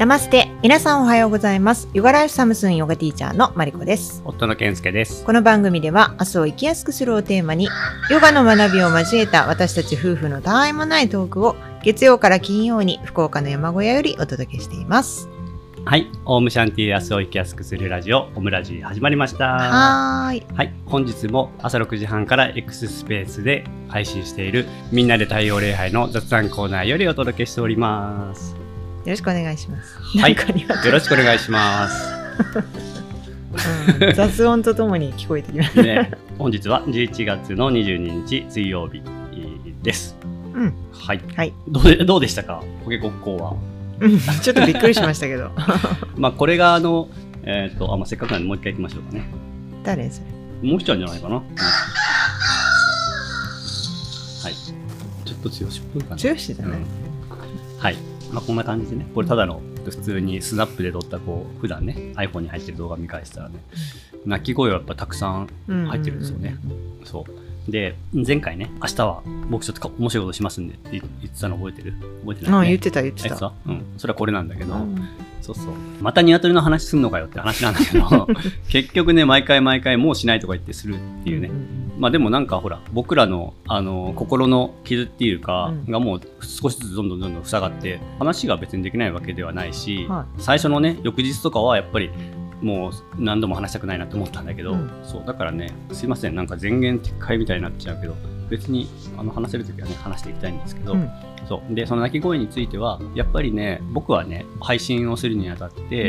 ナマステ。皆さんおはようございます。ヨガライフサムスンヨガティーチャーのマリコです。 夫の健介です。 この番組では明日を生きやすくするをテーマにヨガの学びを交えた私たち夫婦のたわいもないトークを月曜から金曜に福岡の山小屋よりお届けしています。 はい、オームシャンティー、明日を生きやすくするラジオオムラジ始まりました。 はい、 本日も朝6時半から X スペースで配信しているみんなで太陽礼拝の雑談コーナーよりお届けしております。 よろしくお願いします。 はい、よろしくお願いします。 雑音とともに聞こえてきますね。本日は11月の22日水曜日です。はい。どうでしたか、ポケコッコーは。 ちょっとびっくりしましたけど。 まあこれがせっかくなんでもう一回行きましょうかね。 誰それ？ もう一人じゃないかな。はい。ちょっと強しっぽいかな。 強しじゃない。 はい。まあこんな感じでね。これただの普通にスナップで撮った普段ね iPhone に入ってる動画見返したらね、鳴き声はやっぱたくさん入ってるんですよね。そう。で前回ね、明日は僕ちょっと面白いことしますんでって言ってたの覚えてる？覚えてない、ね？ 言ってた。 それはこれなんだけど、そうまた鶏の話すんのかよって話なんだけど結局ね、毎回もうしないとか言ってするっていうね。まあでもなんかほら、僕らの心の傷っていうか、がもう少しずつどんどん塞がって話が別にできないわけではないし、最初のね翌日とかはやっぱりもう何度も話したくないなって思ったんだけど、そうだからね、すいません、なんか前言撤回みたいになっちゃうけど、別に話せるときはね話していきたいんですけど、そうでその鳴き声についてはやっぱりね、僕はね配信をするにあたって、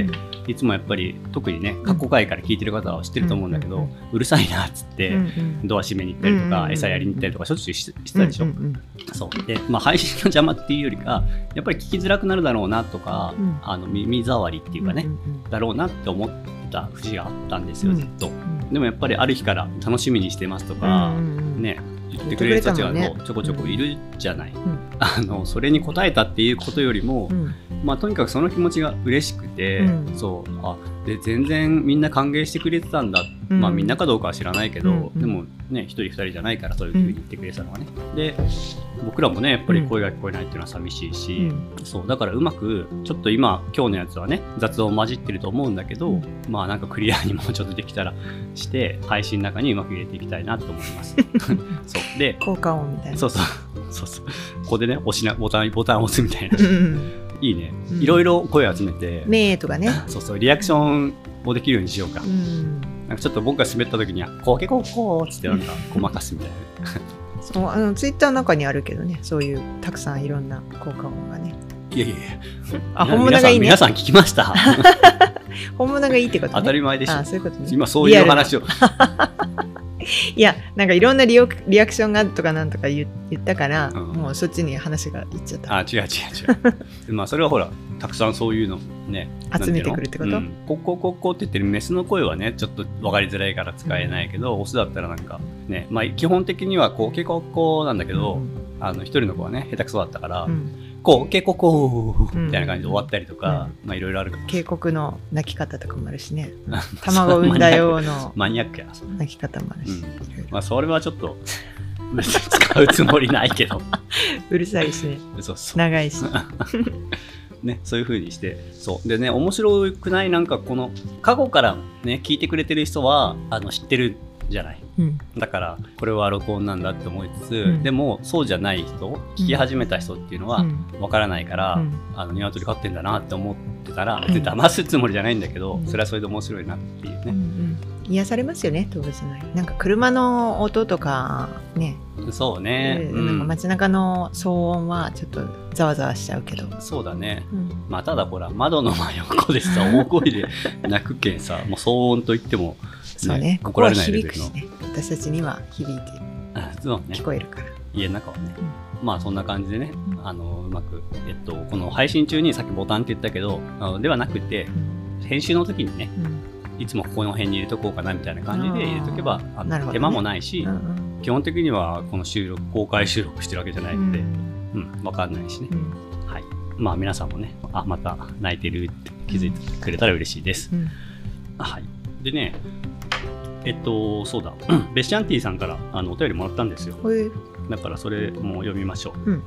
いつもやっぱり特にね過去回から聞いてる方は知ってると思うんだけど、うるさいなっつって、ドア閉めに行ったりとか、餌やりに行ったりとかしょっちゅうしてたでしょ。そうで、まあ、配信の邪魔っていうよりかやっぱり聞きづらくなるだろうなとか、耳障りっていうかね、だろうなって思ってた節があったんですよ、ずっと。でもやっぱりある日から楽しみにしてますとか、ね言ってくれる人たちがちょこちょこいるじゃない。それに応えたっていうことよりも、まあ、とにかくその気持ちが嬉しくて、で全然みんな歓迎してくれてたんだ、まあみんなかどうかは知らないけど、でもね1人2人じゃないからそういう風に言ってくれてたのはね。で僕らもねやっぱり声が聞こえないっていうのは寂しいし、そうだからうまくちょっと今日のやつはね雑音混じってると思うんだけど、まあなんかクリアにもうちょっとできたらして配信の中にうまく入れていきたいなと思いますそうで効果音みたいな。そうここでねボタンを押すみたいないいね、いろいろ声集めてめーとかね、 リアクションをできるようにしようか。なんかちょっと僕が滑った時にはコケコッコーっつってなんかごまかすみたいなツイッターの中にあるけどね、そういうたくさんいろんな効果音がね。 いや本物がいいね。 皆さん聞きました本物がいいってことね。 当たり前でしょ。 そういうことね。 今そういう話をいや、なんかいろんなリアクションがとかなんとか言ったから、もうそっちに話がいっちゃった。 違うまあそれはほらたくさんそういうのね集めてくるってこと？ コッココッコって言ってるメスの声はねちょっと分かりづらいから使えないけど、オスだったらなんかね、まあ基本的にはコケコッコなんだけど、一人の子はね下手くそだったから、コケココみたいな感じで終わったりとか、まあいろいろあるかもしれない。警告の鳴き方とかもあるしね。卵産んだようのマニアックや鳴き方もあるし、 まあそれはちょっと別に使うつもりないけどうるさいしね。長いしね、そういう風にしてそうでね、面白くない？なんかこの過去からね聞いてくれてる人は知ってるじゃない、だからこれは録音なんだって思いつつ、でもそうじゃない人、聞き始めた人っていうのは分からないから、鶏飼ってんだなって思ってたら、別に騙すつもりじゃないんだけど、それはそれで面白いなっていうね。 癒されますよね、動物の。なんか車の音とかね。 そうね、 なんか街中の騒音はちょっとざわざわしちゃうけど。 そうだね、まあただほら窓の真横でさ大声で鳴くけんさ、もう騒音といってもそうね、怒られないレベルの、私たちには響いて聞こえるから、 家の中はね、まあそんな感じでね、うまく、この配信中にさっきボタンって言ったけどではなくて、編集の時にね、いつもここの辺に入れとこうかなみたいな感じで入れとけば手間もないし、基本的にはこの公開収録してるわけじゃないので、分かんないしね、はい、まあ皆さんもね、また泣いてるって気づいてくれたら嬉しいです、はい。でね、そうだベシャンティさんからお便りもらったんですよ。だからそれも読みましょう。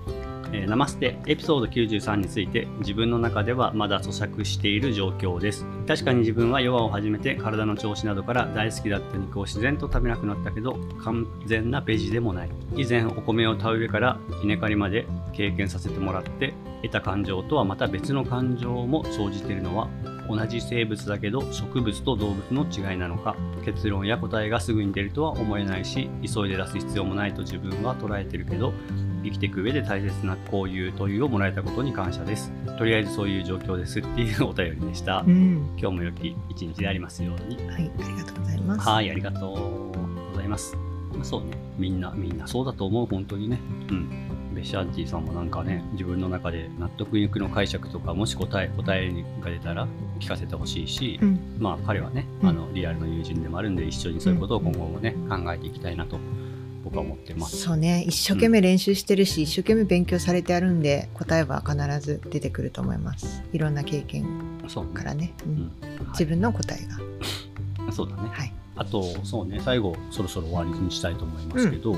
ナマステエピソード93について、自分の中ではまだ咀嚼している状況です。確かに自分はヨガを始めて体の調子などから大好きだった肉を自然と食べなくなったけど、完全なベジでもない。以前お米を田植えから稲刈りまで経験させてもらって、得た感情とはまた別の感情も生じているのは同じ生物だけど植物と動物の違いなのか。結論や答えがすぐに出るとは思えないし、急いで出す必要もないと自分は捉えてるけど、生きていく上で大切なこういう問いをもらえたことに感謝です。とりあえずそういう状況ですっていうお便りでした。今日も良き一日でありますように。 はい、ありがとうございます。 はい、ありがとうございます。そうね、みんなそうだと思う、本当にね。ベシャンティさんもなんかね、自分の中で納得いくの解釈とか、もし答えが出たら聞かせてほしいし、彼はね、リアルの友人でもあるんで、一緒にそういうことを今後もね、考えていきたいなと僕は思ってます。 そうね、一生懸命練習してるし、一生懸命勉強されてあるんで、答えは必ず出てくると思います。いろんな経験からね、自分の答えが。 そうだね。 はい。 あと、そうね、最後そろそろ終わりにしたいと思いますけど、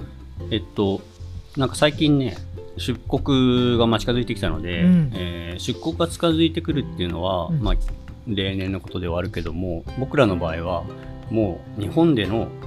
なんか最近ね、出国が近づいてきたので、出国が近づいてくるっていうのは、例年のことではあるけども、僕らの場合はもう日本での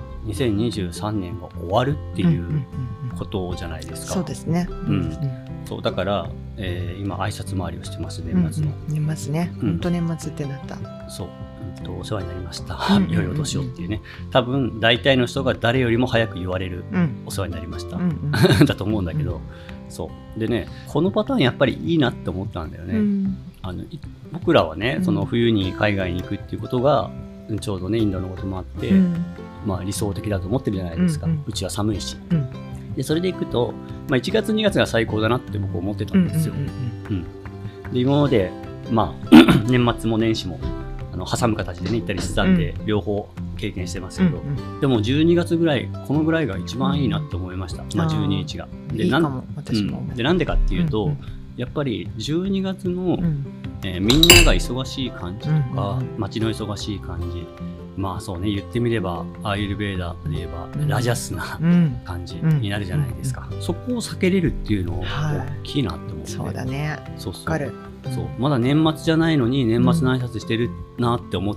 2023年が終わるっていうことじゃないですか。 そうですね。 そうだから、今挨拶回りをしてます、年末の。 年末ね。本当年末ってなった。 そう。お世話になりました。良いお年をっていうね。多分大体の人が誰よりも早く言われる、お世話になりました。だと思うんだけど、そうでね、このパターンやっぱりいいなって思ったんだよね。僕らはね、その冬に海外に行くっていうことがちょうどね、インドのこともあって、理想的だと思ってるじゃないですか。うちは寒いし。でそれで行くと、1月2月が最高だなって僕思ってたんですよ。で今まで年末も年始も挟む形でね行ったりしてたんで、両方経験してますけど、でも12月ぐらい、このぐらいが一番いいなって思いました。12日が。で、なんでかっていうと、やっぱり12月の、みんなが忙しい感じとか、街の忙しい感じ、そうね、言ってみればアーユルベーダで言えばラジャスな感じになるじゃないですか。そこを避けれるっていうのは大きいなって思って。 そうだね。わかる。 そう、まだ年末じゃないのに年末の挨拶してるなって思って、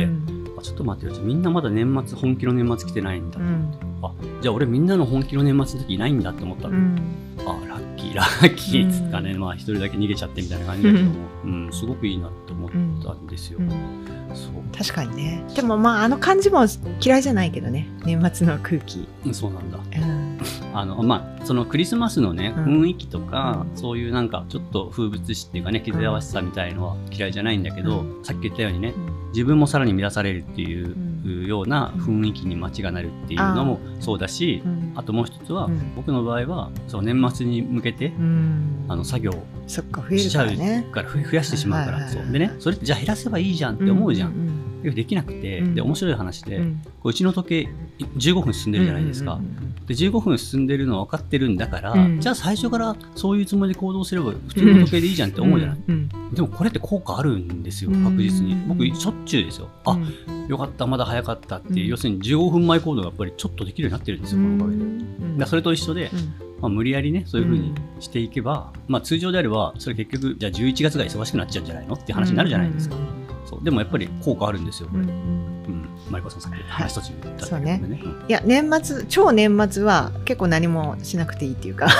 ちょっと待ってよ、みんなまだ年末、本気の年末来てないんだ、じゃあ俺みんなの本気の年末の時いないんだって思ったの。ラッキーっつったね、一人だけ逃げちゃってみたいな感じだけども、すごくいいなって思ったんですよ。そう確かにね。でもあの感じも嫌いじゃないけどね、年末の空気。 そうなんだ。そのクリスマスのね、雰囲気とか、そういうなんかちょっと風物詩っていうかね、気ぜ合わせさみたいのは嫌いじゃないんだけど、さっき言ったようにね、自分もさらに乱されるっていうような雰囲気に街がなるっていうのもそうだし、あともう一つは、僕の場合はそう年末に向けて作業しちゃうから増やしてしまうから、でね、それってじゃあ減らせばいいじゃんって思うじゃん。できなくて、で面白い話で、うちの時計15分進んでるじゃないですか。で15分進んでるのは分かってるんだから、じゃあ最初からそういうつもりで行動すれば普通の時計でいいじゃんって思うじゃない。でもこれって効果あるんですよ、確実に。僕しょっちゅうですよ。よかった、まだ早かったって、要するに15分前行動がやっぱりちょっとできるようになってるんですよ、このおかげで。それと一緒で、無理やりね、そういう風にしていけば、通常であればそれ結局じゃあ11月が忙しくなっちゃうんじゃないのっていう話になるじゃないですか。そうでもやっぱり効果あるんですよ、これ。マリコさんさっき話途中だったけどね。 いや、超年末は結構何もしなくていいっていうか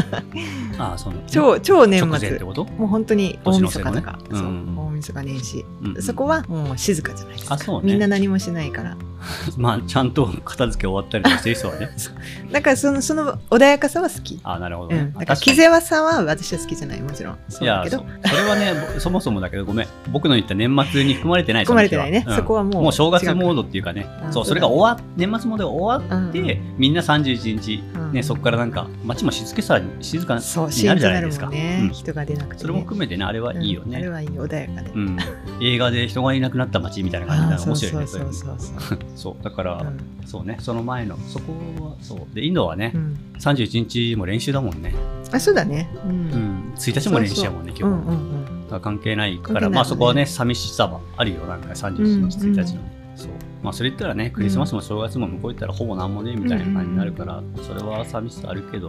超年末もう本当に大晦日とか、大晦日年始、そこはもう静かじゃないですか。みんな何もしないからちゃんと片付け終わったりとかしてる人はねだからその穏やかさは好き。 なるほどね。 だから気ぜわさは私は好きじゃない、もちろん。そうだけど、 それはねそもそもだけど、ごめん、僕の言った年末に含まれてない。 含まれてないね。そこはもう正月モードっていうかね、それが年末モードが終わって、みんな31日ね、そこからなんか街も静かになるじゃないですか。 人が出なくて、 それも含めてね、あれはいいよね。 あれはいい、穏やかで。 映画で人がいなくなった街みたいな感じで面白いね。そうだから、そうね、その前のそこはそうで、インドはね、31日も練習だもんね。 そうだね。 1日も練習やもんね、今日。関係ないから、そこはね、寂しさはあるよ、なんか31日、1日の。それ言ったらね、クリスマスも正月も向こう行ったらほぼなんもねみたいな感じになるから、それは寂しさあるけど、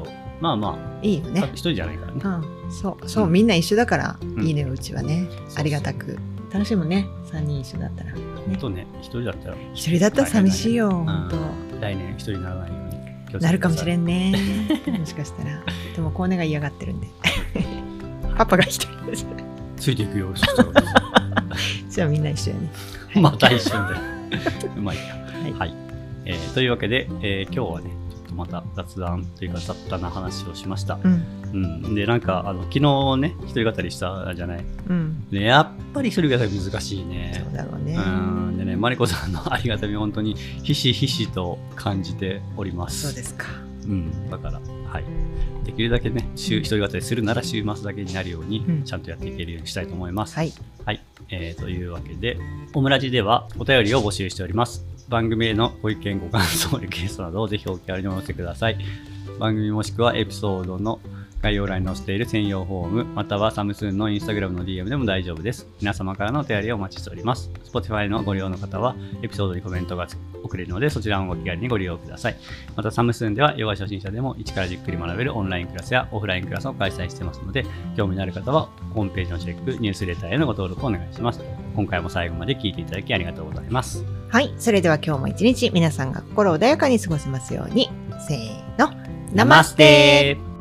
まあまあいいよね。 一人じゃないからね。 そう、みんな一緒だからいいのよ、うちはね。 そうありがたく。楽しいもんね、3人一緒だったら。 本当ね、一人だったら。 一人だったら寂しいよ、本当。 来年一人にならないように気をつけてください。 なるかもしれんね。もしかしたら。でも、コーネが嫌がってるんで。パパが一人です。 ついていくよ、そしたら。 じゃあみんな一緒やね。 また一緒で。うまいや。 はい。 というわけで、今日はね、ちょっとまた雑談というか雑多な話をしました。で、なんか、昨日ね、一人語りしたじゃない。で、やっぱり一人語り難しいね。 そうだろうね。 でね、マリコさんのありがたみを本当にひしひしと感じております。 そうですか。 だから、はい。できるだけね、一人語りするなら週末だけになるように、ちゃんとやっていけるようにしたいと思います。はい。というわけで、オムラジではお便りを募集しております。番組へのご意見、ご感想、リクエストなどをぜひお気軽にお寄せください。番組もしくはエピソードの概要欄に載せている専用フォーム、またはサムスンのインスタグラムの DM でも大丈夫です。皆様からのお便りをお待ちしております。Spotify のご利用の方は、エピソードにコメントが送れるので、そちらもお気軽にご利用ください。また、サムスンではヨガ初心者でも一からじっくり学べるオンラインクラスやオフラインクラスを開催していますので、興味のある方はホームページのチェック、ニュースレターへのご登録をお願いします。今回も最後まで聞いていただきありがとうございます。 はい、それでは今日も一日皆さんが心穏やかに過ごせますように。せーの、 ナマステー。